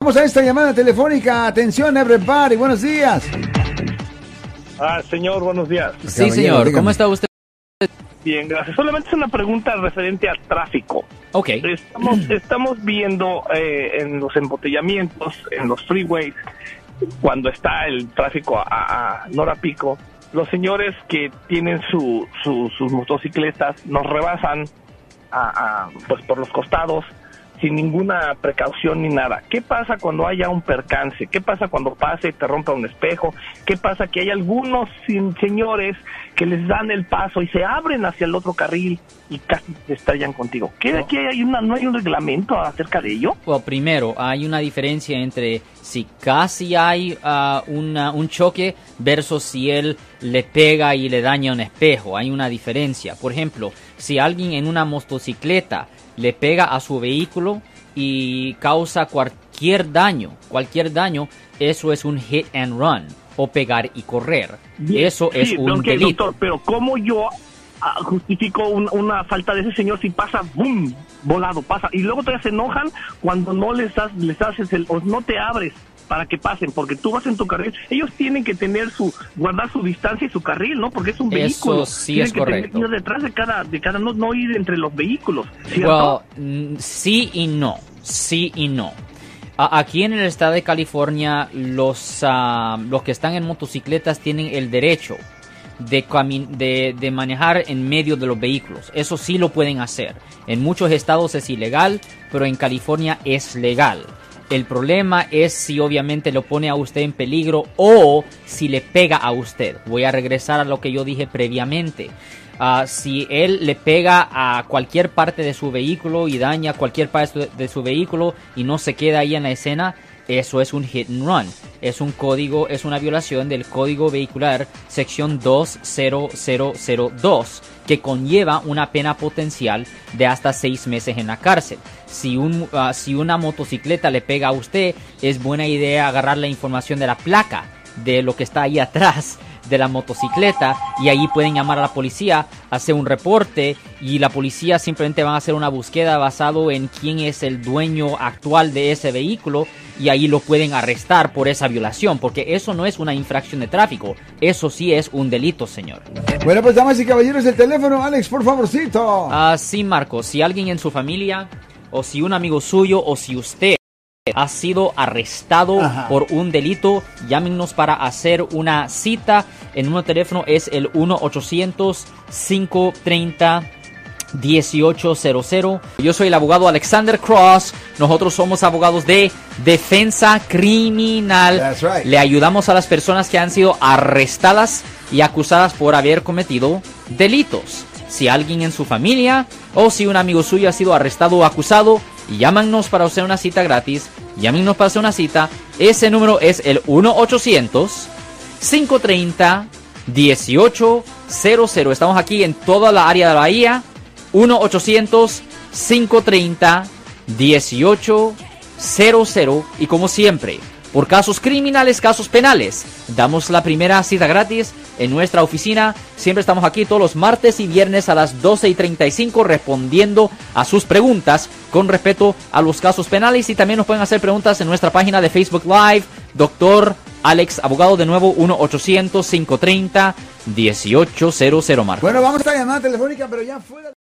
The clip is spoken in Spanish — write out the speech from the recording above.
vamos a esta llamada telefónica. Atención, everybody, buenos días. Señor, buenos días. Sí, señor, dígame. ¿cómo está usted? Bien, gracias. Solamente es una pregunta referente al tráfico. Ok. Estamos viendo en los embotellamientos, en los freeways, cuando está el tráfico a hora pico, los señores que tienen sus motocicletas nos rebasan pues por los costados sin ninguna precaución ni nada. ¿Qué pasa cuando haya un percance? ¿Qué pasa cuando pase y te rompa un espejo? ¿Qué pasa que hay algunos señores que les dan el paso y se abren hacia el otro carril y casi se estrellan contigo? ¿Qué aquí no hay un reglamento acerca de ello? Well, primero, hay una diferencia entre si casi hay un choque versus si él le pega y le daña un espejo. Hay una diferencia. Por ejemplo, si alguien en una motocicleta le pega a su vehículo y causa cualquier daño, eso es un hit and run o pegar y correr. Bien, eso es un delito. Doctor, pero ¿cómo yo justifico una falta de ese señor si pasa, boom, volado, pasa? Y luego todavía se enojan cuando no les haces o no te abres para que pasen, porque tú vas en tu carril. Ellos tienen que guardar su distancia y su carril, ¿no? Porque es un vehículo. Eso sí es correcto. Ir detrás de cada no ir entre los vehículos, ¿cierto? Well, sí y no. Aquí en el estado de California, los que están en motocicletas tienen el derecho de manejar en medio de los vehículos. Eso sí lo pueden hacer. En muchos estados es ilegal, pero en California es legal. El problema es si obviamente lo pone a usted en peligro o si le pega a usted. Voy a regresar a lo que yo dije previamente. Si él le pega a cualquier parte de su vehículo y daña cualquier parte de su vehículo y no se queda ahí en la escena, eso es un hit and run. Es una violación del Código Vehicular sección 20002, que conlleva una pena potencial de hasta 6 meses en la cárcel. Si una motocicleta le pega a usted, es buena idea agarrar la información de la placa de lo que está ahí atrás de la motocicleta y ahí pueden llamar a la policía, hacer un reporte y la policía simplemente van a hacer una búsqueda basado en quién es el dueño actual de ese vehículo y ahí lo pueden arrestar por esa violación, porque eso no es una infracción de tráfico, eso sí es un delito, señor. Bueno, pues damas y caballeros, el teléfono, Alex, por favorcito. Sí, Marco, si alguien en su familia o si un amigo suyo o si usted ha sido arrestado por un delito, llámenos para hacer una cita. El número de teléfono es el 1-800-530-1800. Yo soy el abogado Alexander Cross. Nosotros somos abogados de defensa criminal. That's right. Le ayudamos a las personas que han sido arrestadas y acusadas por haber cometido delitos. Si alguien en su familia o si un amigo suyo ha sido arrestado o acusado, llámanos para hacer una cita gratis. Llámenos para hacer una cita. Ese número es el 1-800-530-1800. Estamos aquí en toda la área de la Bahía. 1-800-530-1800. Y como siempre, por casos criminales, casos penales, damos la primera cita gratis en nuestra oficina. Siempre estamos aquí todos los martes y viernes a las 12:35 respondiendo a sus preguntas con respecto a los casos penales. Y también nos pueden hacer preguntas en nuestra página de Facebook Live. Doctor Alex Abogado, de nuevo, 1-800-530-1800, Marco. Bueno, vamos a esta llamada telefónica, pero ya fuera.